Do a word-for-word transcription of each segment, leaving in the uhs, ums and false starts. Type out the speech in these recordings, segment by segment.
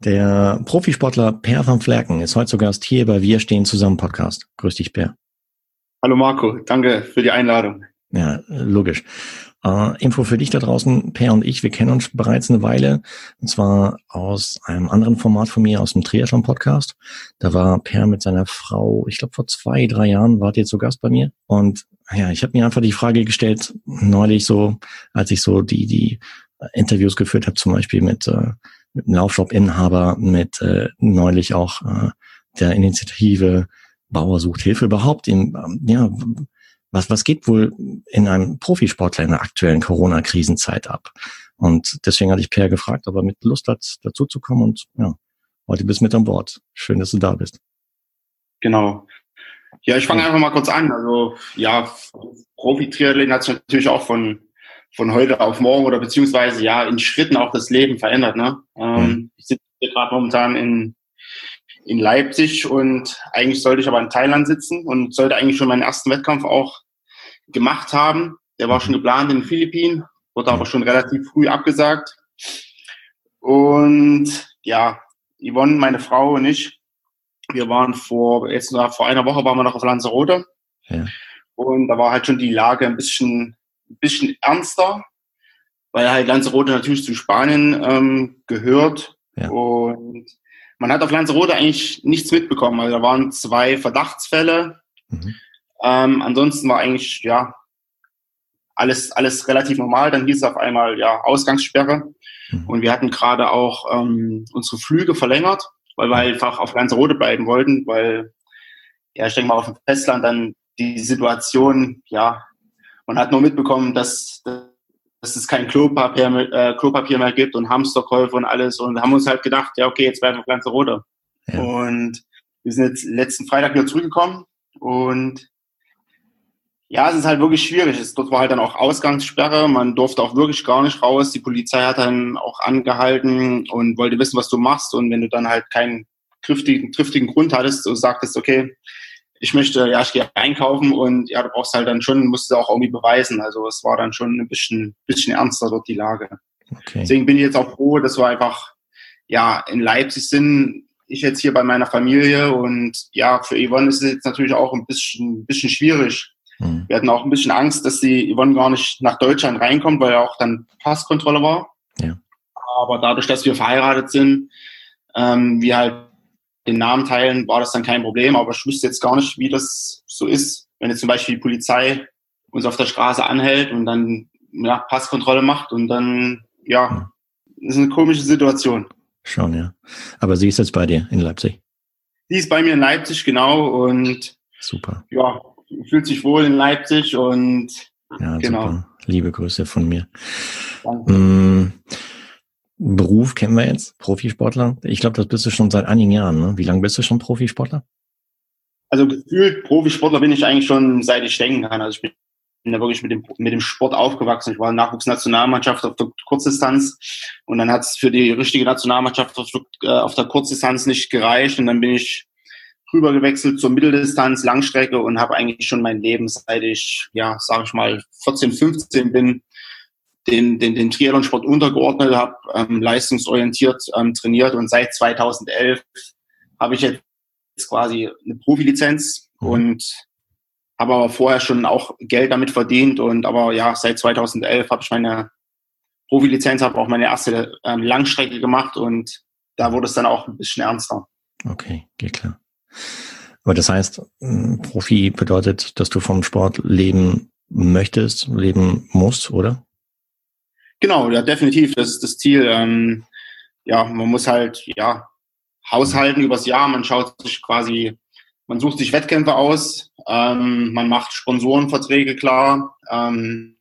Der Profisportler Per van Vlerken ist heute zu Gast hier bei Wir stehen zusammen Podcast. Grüß dich, Per. Hallo Marco, danke für die Einladung. Ja, logisch. Uh, Info für dich da draußen, Per und ich, wir kennen uns bereits eine Weile, und zwar aus einem anderen Format von mir, aus dem Triathlon-Podcast. Da war Per mit seiner Frau, ich glaube vor zwei, drei Jahren, wart ihr zu Gast bei mir. Und ja, ich habe mir einfach die Frage gestellt, neulich so, als ich so die die Interviews geführt habe, zum Beispiel mit, äh, mit einem Laufshop-Inhaber, mit äh, neulich auch äh, der Initiative Bauer sucht Hilfe, überhaupt im, ähm, ja, Was, was geht wohl in einem Profisportler in der aktuellen Corona-Krisenzeit ab? Und deswegen hatte ich Per gefragt, ob er mit Lust hat, dazu zu kommen. Und ja, heute bist du mit an Bord. Schön, dass du da bist. Genau. Ja, ich fange einfach mal kurz an. Also ja, Profi-Triathlon hat sich natürlich auch von von heute auf morgen oder beziehungsweise ja in Schritten auch das Leben verändert. Ne? Ähm, mhm. Ich sitze hier gerade momentan in in Leipzig und eigentlich sollte ich aber in Thailand sitzen und sollte eigentlich schon meinen ersten Wettkampf auch gemacht haben. Der war schon geplant in den Philippinen, wurde aber schon relativ früh abgesagt. Und ja, Yvonne, meine Frau und ich, wir waren vor, jetzt vor einer Woche waren wir noch auf Lanzarote. Ja. Und da war halt schon die Lage ein bisschen, ein bisschen ernster, weil halt Lanzarote natürlich zu Spanien ähm, gehört. Ja. Und man hat auf Lanzarote eigentlich nichts mitbekommen. Also da waren zwei Verdachtsfälle. Mhm. Ähm, ansonsten war eigentlich, ja, alles, alles relativ normal. Dann hieß es auf einmal, ja, Ausgangssperre. Mhm. Und wir hatten gerade auch ähm, unsere Flüge verlängert, weil wir einfach auf Lanzarote bleiben wollten, weil, ja, ich denke mal, auf dem Festland dann die Situation, ja, man hat nur mitbekommen, dass, dass es kein Klopapier mehr, äh, Klopapier mehr gibt und Hamsterkäufe und alles. Und haben uns halt gedacht, ja, okay, jetzt bleiben wir auf Lanzarote. Ja. Und wir sind jetzt letzten Freitag wieder zurückgekommen und ja, es ist halt wirklich schwierig. Es, dort war halt dann auch Ausgangssperre. Man durfte auch wirklich gar nicht raus. Die Polizei hat dann auch angehalten und wollte wissen, was du machst. Und wenn du dann halt keinen triftigen, triftigen Grund hattest, so sagtest, okay, ich möchte, ja, ich gehe einkaufen und ja, du brauchst halt dann schon, musst du auch irgendwie beweisen. Also es war dann schon ein bisschen, bisschen ernster dort die Lage. Okay. Deswegen bin ich jetzt auch froh, dass wir einfach, ja, in Leipzig sind. Ich jetzt hier bei meiner Familie und ja, für Yvonne ist es jetzt natürlich auch ein bisschen, ein bisschen schwierig. Mhm. Wir hatten auch ein bisschen Angst, dass die Yvonne gar nicht nach Deutschland reinkommt, weil ja auch dann Passkontrolle war. Ja. Aber dadurch, dass wir verheiratet sind, ähm, wir halt den Namen teilen, war das dann kein Problem. Aber ich wüsste jetzt gar nicht, wie das so ist, wenn jetzt zum Beispiel die Polizei uns auf der Straße anhält und dann ja, Passkontrolle macht und dann, ja, mhm. ist eine komische Situation. Schon, ja. Aber sie ist jetzt bei dir in Leipzig? Sie ist bei mir in Leipzig, genau. Und super. Ja, fühlt sich wohl in Leipzig und ja, genau. Super. Liebe Grüße von mir. Danke. Mm, Beruf kennen wir jetzt, Profisportler. Ich glaube, das bist du schon seit einigen Jahren. Ne? Wie lange bist du schon Profisportler? Also gefühlt Profisportler bin ich eigentlich schon, seit ich denken kann. Also ich bin ja wirklich mit dem mit dem Sport aufgewachsen. Ich war in der Nachwuchsnationalmannschaft auf der Kurzdistanz und dann hat es für die richtige Nationalmannschaft auf, äh, auf der Kurzdistanz nicht gereicht und dann bin ich rüber gewechselt zur Mitteldistanz, Langstrecke und habe eigentlich schon mein Leben, seit ich, ja, sage ich mal, vierzehn, fünfzehn bin, den, den, den Triathlon-Sport untergeordnet, habe ähm, leistungsorientiert ähm, trainiert und seit zweitausendelf habe ich jetzt quasi eine Profilizenz mhm. und habe aber vorher schon auch Geld damit verdient und aber ja, seit zweitausendelf habe ich meine Profilizenz, habe auch meine erste ähm, Langstrecke gemacht und da wurde es dann auch ein bisschen ernster. Okay, geht klar. Aber das heißt, Profi bedeutet, dass du vom Sport leben möchtest, leben musst, oder? Genau, ja, definitiv. Das ist das Ziel. Ähm, ja, man muss halt, ja, haushalten übers Jahr. Man schaut sich quasi, man sucht sich Wettkämpfe aus, ähm, man macht Sponsorenverträge klar. Ähm,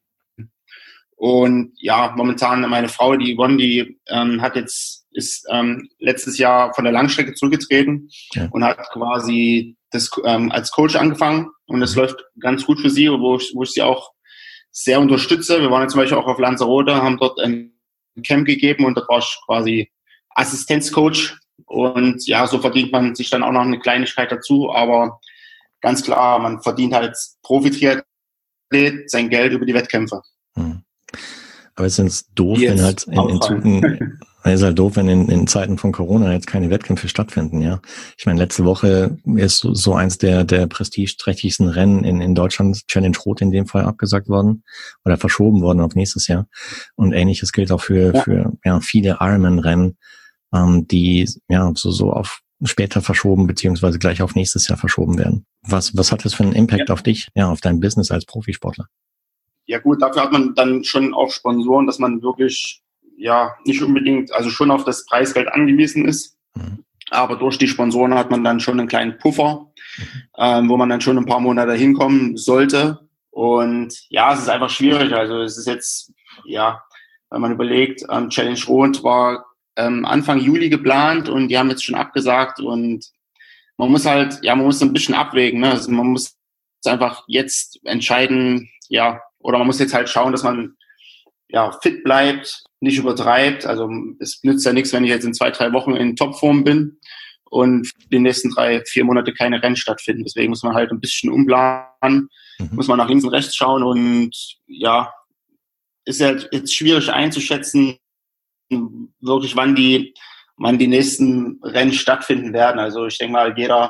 und ja, momentan meine Frau, die Yvonne, die ähm, hat jetzt, ist ähm, letztes Jahr von der Langstrecke zurückgetreten ja. und hat quasi das ähm, als Coach angefangen. Und das mhm. läuft ganz gut für sie, wo ich, wo ich sie auch sehr unterstütze. Wir waren jetzt zum Beispiel auch auf Lanzarote, haben dort ein Camp gegeben und dort war ich quasi Assistenzcoach. Und ja, so verdient man sich dann auch noch eine Kleinigkeit dazu. Aber ganz klar, man verdient halt als Profi-Triathlet sein Geld über die Wettkämpfe. Mhm. Aber es ist doof, wenn halt in, in, Zukunft, ist halt doof, wenn in, in Zeiten von Corona jetzt keine Wettkämpfe stattfinden, ja. Ich meine, letzte Woche ist so, so eins der, der prestigeträchtigsten Rennen in, in Deutschland, Challenge Rot in dem Fall, abgesagt worden oder verschoben worden auf nächstes Jahr. Und Ähnliches gilt auch für, ja. für, ja, viele Ironman-Rennen, ähm, die, ja, so, so auf später verschoben, beziehungsweise gleich auf nächstes Jahr verschoben werden. Was, was hat das für einen Impact ja. auf dich, ja, auf dein Business als Profisportler? Ja gut, dafür hat man dann schon auch Sponsoren, dass man wirklich ja nicht unbedingt, also schon auf das Preisgeld angewiesen ist. Mhm. Aber durch die Sponsoren hat man dann schon einen kleinen Puffer, mhm. ähm, wo man dann schon ein paar Monate hinkommen sollte. Und ja, es ist einfach schwierig. Also es ist jetzt, ja, wenn man überlegt, ähm, Challenge Rot war ähm, Anfang Juli geplant und die haben jetzt schon abgesagt. Und man muss halt, ja, man muss ein bisschen abwägen. Ne? Also man muss einfach jetzt entscheiden, ja, oder man muss jetzt halt schauen, dass man ja fit bleibt, nicht übertreibt. Also es nützt ja nichts, wenn ich jetzt in zwei, drei Wochen in Topform bin und die nächsten drei, vier Monate keine Rennen stattfinden. Deswegen muss man halt ein bisschen umplanen, mhm. muss man nach links und rechts schauen und ja, ist halt jetzt schwierig einzuschätzen, wirklich wann die, wann die nächsten Rennen stattfinden werden. Also ich denke mal, jeder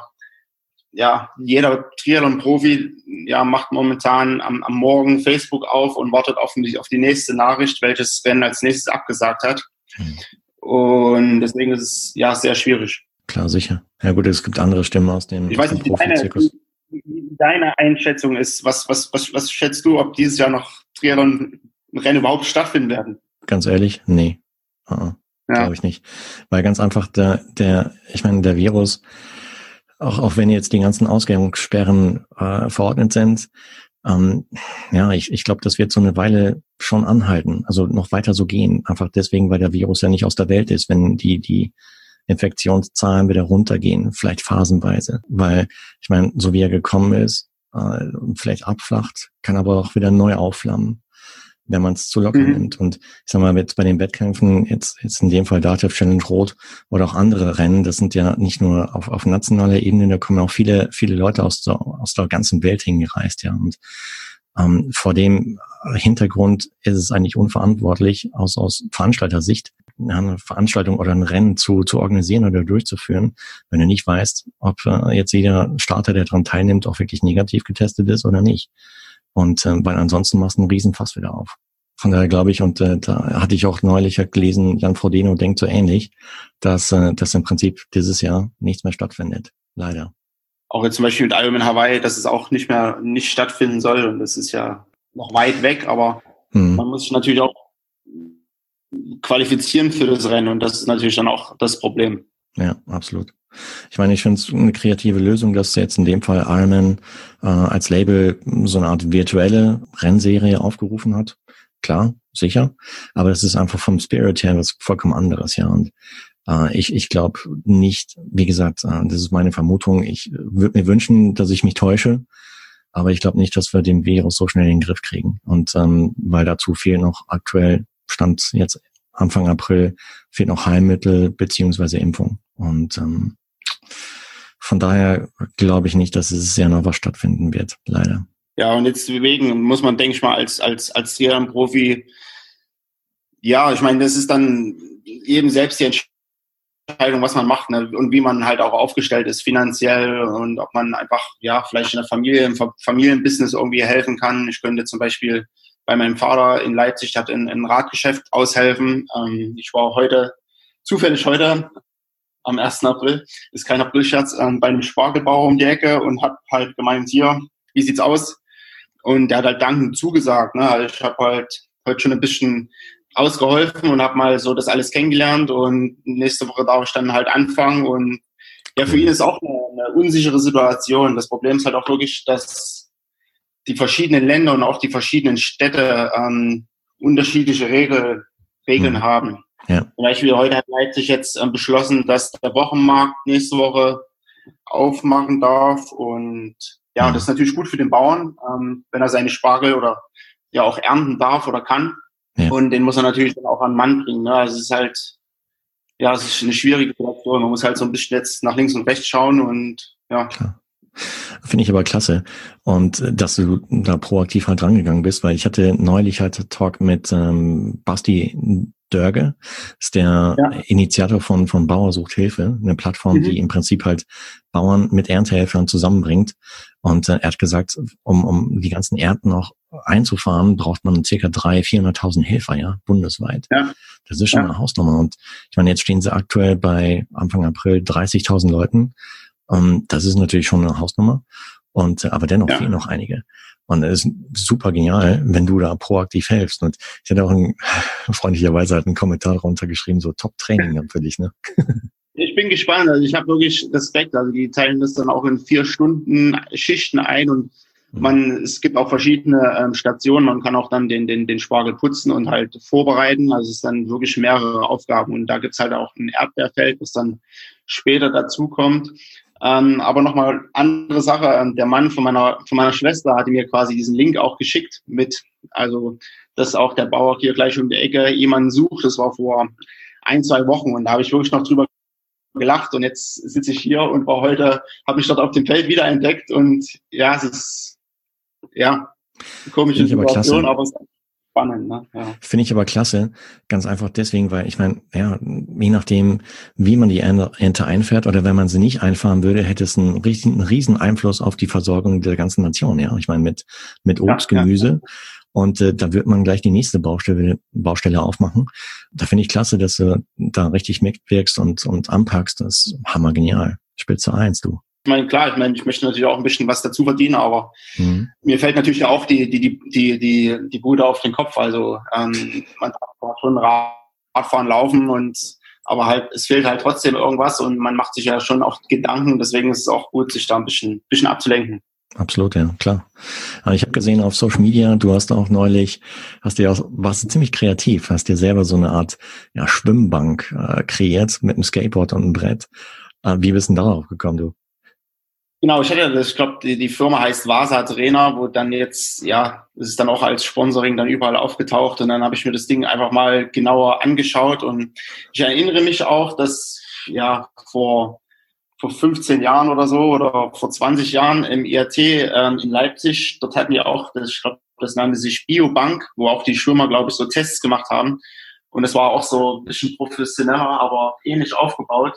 Ja, jeder Triathlon-Profi ja, macht momentan am, am Morgen Facebook auf und wartet auf die, auf die nächste Nachricht, welches Rennen als nächstes abgesagt hat. Mhm. Und deswegen ist es ja sehr schwierig. Klar, sicher. Ja gut, es gibt andere Stimmen aus dem, ich weiß nicht, wie deine, wie deine Einschätzung ist. Was, was, was, was schätzt du, ob dieses Jahr noch Triathlon-Rennen überhaupt stattfinden werden? Ganz ehrlich, nee. Uh-uh. Ja. Glaube ich nicht. Weil ganz einfach der, der, ich meine, der Virus, Auch, auch wenn jetzt die ganzen Ausgangssperren äh, verordnet sind, ähm, ja, ich, ich glaube, das wird so eine Weile schon anhalten, also noch weiter so gehen. Einfach deswegen, weil der Virus ja nicht aus der Welt ist, wenn die die Infektionszahlen wieder runtergehen, vielleicht phasenweise. Weil, ich meine, so wie er gekommen ist, äh, vielleicht abflacht, kann aber auch wieder neu aufflammen, wenn man es zu locker mhm. nimmt. Und ich sag mal, jetzt bei den Wettkämpfen, jetzt jetzt in dem Fall Dativ Challenge Rot oder auch andere Rennen, das sind ja nicht nur auf auf nationaler Ebene, da kommen auch viele viele Leute aus der aus der ganzen Welt hingereist, ja. Und ähm, vor dem Hintergrund ist es eigentlich unverantwortlich, aus aus Veranstaltersicht eine Veranstaltung oder ein Rennen zu zu organisieren oder durchzuführen, wenn du nicht weißt, ob äh, jetzt jeder Starter, der daran teilnimmt, auch wirklich negativ getestet ist oder nicht. Und äh, weil ansonsten machst du einen Riesenfass wieder auf. Von daher glaube ich, und äh, da hatte ich auch neulich gelesen, Jan Frodeno denkt so ähnlich, dass äh, dass im Prinzip dieses Jahr nichts mehr stattfindet. Leider. Auch jetzt zum Beispiel mit Ironman Hawaii, dass es auch nicht mehr nicht stattfinden soll. Und das ist ja noch weit weg, aber hm. man muss sich natürlich auch qualifizieren für das Rennen. Und das ist natürlich dann auch das Problem. Ja, absolut. Ich meine, ich finde es eine kreative Lösung, dass jetzt in dem Fall Ironman äh, als Label so eine Art virtuelle Rennserie aufgerufen hat. Klar, sicher, aber das ist einfach vom Spirit her was vollkommen anderes, ja. Und äh, ich ich glaube nicht, wie gesagt, äh, das ist meine Vermutung, ich würde mir wünschen, dass ich mich täusche, aber ich glaube nicht, dass wir den Virus so schnell in den Griff kriegen. Und ähm, weil dazu fehlen noch aktuell, Stand jetzt Anfang April, fehlt noch Heilmittel beziehungsweise Impfung. Und ähm, von daher glaube ich nicht, dass es ja noch was stattfinden wird, leider. Ja, und jetzt deswegen muss man, denke ich mal, als als als Triathlon-Profi, ja, ich meine, das ist dann eben selbst die Entscheidung, was man macht, ne? Und wie man halt auch aufgestellt ist finanziell und ob man einfach, ja, vielleicht in der Familie, im Familienbusiness irgendwie helfen kann. Ich könnte zum Beispiel bei meinem Vater in Leipzig, der hat in ein Radgeschäft aushelfen. Ähm, ich war heute, zufällig heute, am ersten April, ist kein Aprilscherz, ähm, bei einem Spargelbauer um die Ecke und hat halt gemeint, hier, wie sieht's aus? Und der hat halt dankend zugesagt. Ne? Also ich habe halt heute schon ein bisschen ausgeholfen und habe mal so das alles kennengelernt und nächste Woche darf ich dann halt anfangen. Und ja, für ihn ist auch eine, eine unsichere Situation. Das Problem ist halt auch wirklich, dass die verschiedenen Länder und auch die verschiedenen Städte ähm, unterschiedliche Regel, Regeln mhm. haben. Ja. Zum Beispiel heute hat Leipzig jetzt ähm, beschlossen, dass der Wochenmarkt nächste Woche aufmachen darf. Und ja, mhm. das ist natürlich gut für den Bauern, ähm, wenn er seine Spargel oder ja auch ernten darf oder kann. Ja. Und den muss er natürlich dann auch an den Mann bringen. Ne? Also es ist halt, ja, es ist eine schwierige Situation. Man muss halt so ein bisschen jetzt nach links und rechts schauen und ja. Klar. Finde ich aber klasse. Und dass du da proaktiv halt rangegangen bist, weil ich hatte neulich halt Talk mit ähm, Basti Dörge, ist der ja. Initiator von, von Bauer sucht Hilfe, eine Plattform, mhm. die im Prinzip halt Bauern mit Erntehelfern zusammenbringt. Und äh, er hat gesagt, um, um die ganzen Ernten noch einzufahren, braucht man circa dreihunderttausend, vierhunderttausend Helfer, ja, bundesweit. Ja. Das ist schon ja. eine Hausnummer. Und ich meine, jetzt stehen sie aktuell bei Anfang April dreißigtausend Leuten. Um, das ist natürlich schon eine Hausnummer. Und, aber dennoch ja. fehlen noch einige. Und es ist super genial, wenn du da proaktiv helfst. Und ich hatte auch ein, freundlicherweise halt einen Kommentar darunter geschrieben, so Top-Training dann für dich, ne? Ich bin gespannt. Also ich habe wirklich Respekt. Also die teilen das dann auch in vier Stunden Schichten ein und man, es gibt auch verschiedene ähm, Stationen. Man kann auch dann den, den, den Spargel putzen und halt vorbereiten. Also es ist dann wirklich mehrere Aufgaben. Und da gibt's halt auch ein Erdbeerfeld, das dann später dazu kommt. Ähm, aber nochmal andere Sache. Der Mann von meiner, von meiner Schwester hatte mir quasi diesen Link auch geschickt mit, also, dass auch der Bauer hier gleich um die Ecke jemanden sucht. Das war vor ein, zwei Wochen. Und da habe ich wirklich noch drüber gelacht. Und jetzt sitze ich hier und war heute, habe mich dort auf dem Feld wiederentdeckt. Und ja, es ist, ja, komische Situation, aber es ist spannend. Ne? Ja. Finde ich aber klasse, ganz einfach deswegen, weil ich meine, ja, je nachdem, wie man die Ernte einfährt oder wenn man sie nicht einfahren würde, hätte es einen riesen, einen riesen Einfluss auf die Versorgung der ganzen Nation. Ja, ich meine mit mit Obst, ja, Gemüse ja. und äh, da wird man gleich die nächste Baustelle Baustelle aufmachen. Da finde ich klasse, dass du da richtig mitwirkst und und anpackst. Das ist hammergenial. Spitze eins, du. Ich meine, klar, ich meine, ich möchte natürlich auch ein bisschen was dazu verdienen, aber mhm. mir fällt natürlich auch die, die, die, die, die, die Bude auf den Kopf. Also, ähm, man darf schon Radfahren, laufen und, aber halt, es fehlt halt trotzdem irgendwas und man macht sich ja schon auch Gedanken. Deswegen ist es auch gut, sich da ein bisschen, bisschen abzulenken. Absolut, ja, klar. Aber ich habe gesehen auf Social Media, du hast auch neulich, hast dir auch, warst du ziemlich kreativ, hast dir selber so eine Art, ja, Schwimmbank, äh, kreiert mit einem Skateboard und einem Brett. Äh, wie bist du denn darauf gekommen, du? Genau, ich hatte das, ich glaube, die, die Firma heißt Vasa Trainer, wo dann jetzt, ja, es ist dann auch als Sponsoring dann überall aufgetaucht und dann habe ich mir das Ding einfach mal genauer angeschaut und ich erinnere mich auch, dass, ja, vor, vor fünfzehn Jahren oder so oder vor zwanzig Jahren im I R T ähm, in Leipzig, dort hatten wir auch, das, ich glaube, das nannte sich Biobank, wo auch die Schwimmer, glaube ich, so Tests gemacht haben und das war auch so ein bisschen professioneller, aber ähnlich aufgebaut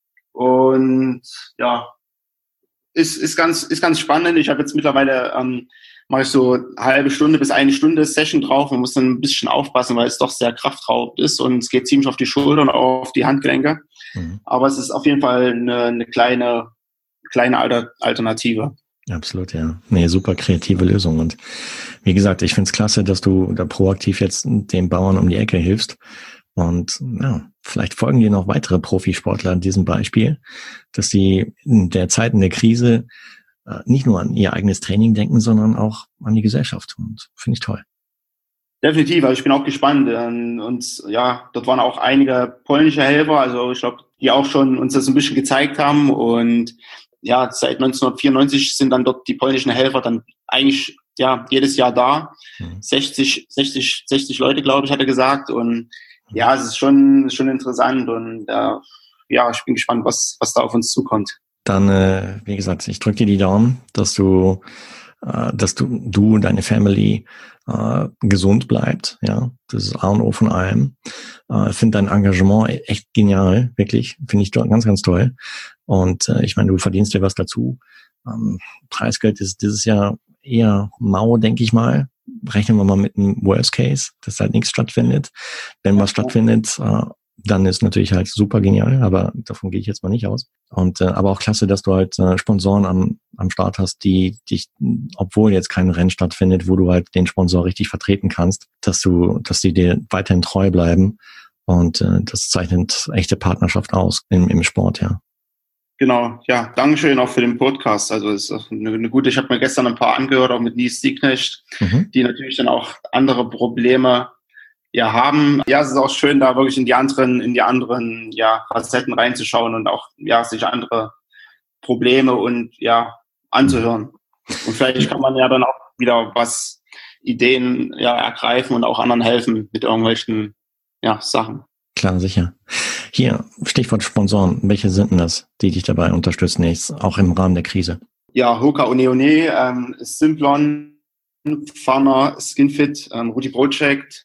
und, ja, Ist, ist ganz, ist ganz spannend. Ich habe jetzt mittlerweile, ähm, mache ich so eine halbe Stunde bis eine Stunde Session drauf. Man muss dann ein bisschen aufpassen, weil es doch sehr kraftraubend ist und es geht ziemlich auf die Schultern und auch auf die Handgelenke. Mhm. Aber es ist auf jeden Fall eine, eine kleine, kleine Alternative. Absolut, ja. Nee, super kreative Lösung. Und wie gesagt, ich finde es klasse, dass du da proaktiv jetzt den Bauern um die Ecke hilfst. Und ja, vielleicht folgen dir noch weitere Profisportler an diesem Beispiel, dass sie in der Zeit in der Krise äh, nicht nur an ihr eigenes Training denken, sondern auch an die Gesellschaft. Und finde ich toll. Definitiv, also ich bin auch gespannt. Und ja, dort waren auch einige polnische Helfer, also ich glaube, die auch schon uns das ein bisschen gezeigt haben. Und ja, seit neunzehnhundertvierundneunzig sind dann dort die polnischen Helfer dann eigentlich ja jedes Jahr da. Mhm. sechzig, sechzig, sechzig Leute, glaube ich, hat er gesagt. Und ja, es ist schon, schon interessant und äh, ja, ich bin gespannt, was, was da auf uns zukommt. Dann, äh, wie gesagt, ich drücke dir die Daumen, dass du, äh, dass du, du und deine Family äh, gesund bleibt. Ja, das ist A und O von allem. Äh, ich finde dein Engagement echt genial, wirklich. Finde ich ganz, ganz toll. Und äh, ich meine, du verdienst dir was dazu. Ähm, Preisgeld ist dieses Jahr eher mau, denke ich mal. Rechnen wir mal mit einem Worst Case, dass halt nichts stattfindet. Wenn was stattfindet, äh, dann ist natürlich halt super genial, aber davon gehe ich jetzt mal nicht aus. Und äh, aber auch klasse, dass du halt äh, Sponsoren am am Start hast, die dich, obwohl jetzt kein Rennen stattfindet, wo du halt den Sponsor richtig vertreten kannst, dass du, dass die dir weiterhin treu bleiben. Und äh, das zeichnet echte Partnerschaft aus im, im Sport, ja. Genau, ja, Dankeschön auch für den Podcast. Also es ist eine, eine gute, ich habe mir gestern ein paar angehört, auch mit Nies Siegknecht, mhm. die natürlich dann auch andere Probleme ja haben. Ja, es ist auch schön, da wirklich in die anderen, in die anderen ja, Facetten reinzuschauen und auch ja sich andere Probleme und ja anzuhören. Und vielleicht kann man ja dann auch wieder was Ideen ja ergreifen und auch anderen helfen mit irgendwelchen ja Sachen. Klar, sicher. Hier, Stichwort Sponsoren. Welche sind denn das, die dich dabei unterstützen, jetzt auch im Rahmen der Krise? Ja, Hoka One One, ähm, Simplon, Farmer, Skinfit, ähm, Rudi Project,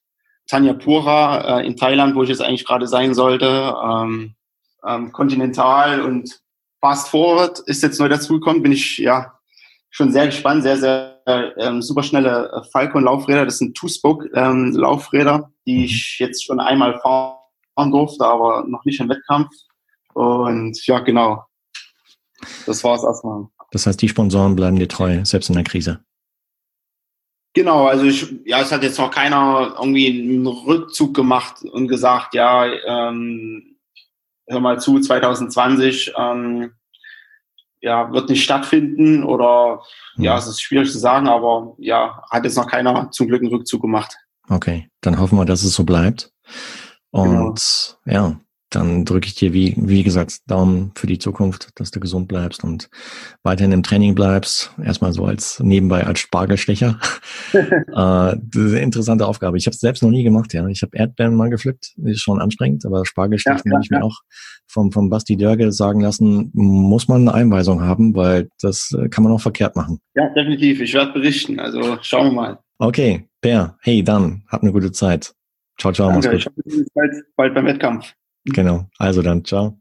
Thanyapura äh, in Thailand, wo ich jetzt eigentlich gerade sein sollte. Ähm, ähm, Continental und Fast Forward ist jetzt neu dazugekommen. Bin ich ja schon sehr gespannt. Sehr, sehr äh, super schnelle äh, Falcon-Laufräder. Das sind Two-Spoke-Laufräder, ähm, die mhm. ich jetzt schon einmal fahren durfte, aber noch nicht im Wettkampf. Und ja, genau. Das war es erstmal. Das heißt, die Sponsoren bleiben dir treu, selbst in der Krise. Genau, also ich, ja, es hat jetzt noch keiner irgendwie einen Rückzug gemacht und gesagt, ja, ähm, hör mal zu, zwanzig zwanzig ähm, ja, wird nicht stattfinden oder hm. ja, es ist schwierig zu sagen, aber ja, hat jetzt noch keiner zum Glück einen Rückzug gemacht. Okay, dann hoffen wir, dass es so bleibt. Und genau. ja, dann drücke ich dir, wie wie gesagt, Daumen für die Zukunft, dass du gesund bleibst und weiterhin im Training bleibst. Erstmal so als nebenbei als Spargelstecher. äh, interessante Aufgabe. Ich habe es selbst noch nie gemacht. Ja, ich habe Erdbeeren mal gepflückt. Ist schon anstrengend, aber Spargelstechen ja, ja, habe ich mir ja. auch vom vom Basti Dörge sagen lassen, muss man eine Einweisung haben, weil das kann man auch verkehrt machen. Ja, definitiv. Ich werde berichten. Also schauen wir mal. Okay, Per. Hey, dann hab eine gute Zeit. Ciao, ciao. Danke, mach's gut. Ich hoffe, bald, bald beim Wettkampf. Genau, also dann, ciao.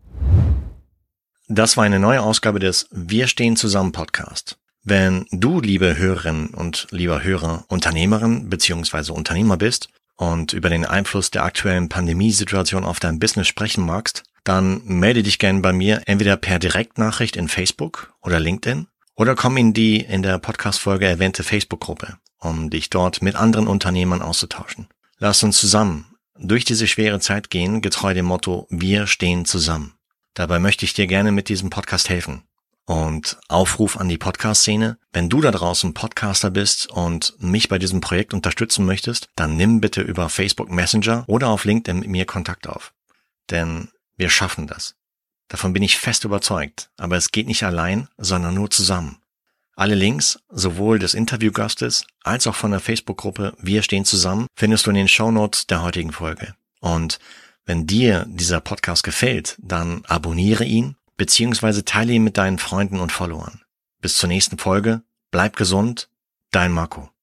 Das war eine neue Ausgabe des Wir stehen zusammen Podcast. Wenn du, liebe Hörerinnen und lieber Hörer, Unternehmerin bzw. Unternehmer bist und über den Einfluss der aktuellen Pandemiesituation auf dein Business sprechen magst, dann melde dich gerne bei mir entweder per Direktnachricht in Facebook oder LinkedIn oder komm in die in der Podcast-Folge erwähnte Facebook-Gruppe, um dich dort mit anderen Unternehmern auszutauschen. Lass uns zusammen durch diese schwere Zeit gehen, getreu dem Motto, wir stehen zusammen. Dabei möchte ich dir gerne mit diesem Podcast helfen. Und Aufruf an die Podcast-Szene, wenn du da draußen Podcaster bist und mich bei diesem Projekt unterstützen möchtest, dann nimm bitte über Facebook Messenger oder auf LinkedIn mit mir Kontakt auf. Denn wir schaffen das. Davon bin ich fest überzeugt. Aber es geht nicht allein, sondern nur zusammen. Alle Links, sowohl des Interviewgastes als auch von der Facebook-Gruppe Wir stehen zusammen, findest du in den Shownotes der heutigen Folge. Und wenn dir dieser Podcast gefällt, dann abonniere ihn beziehungsweise teile ihn mit deinen Freunden und Followern. Bis zur nächsten Folge, bleib gesund, dein Marco.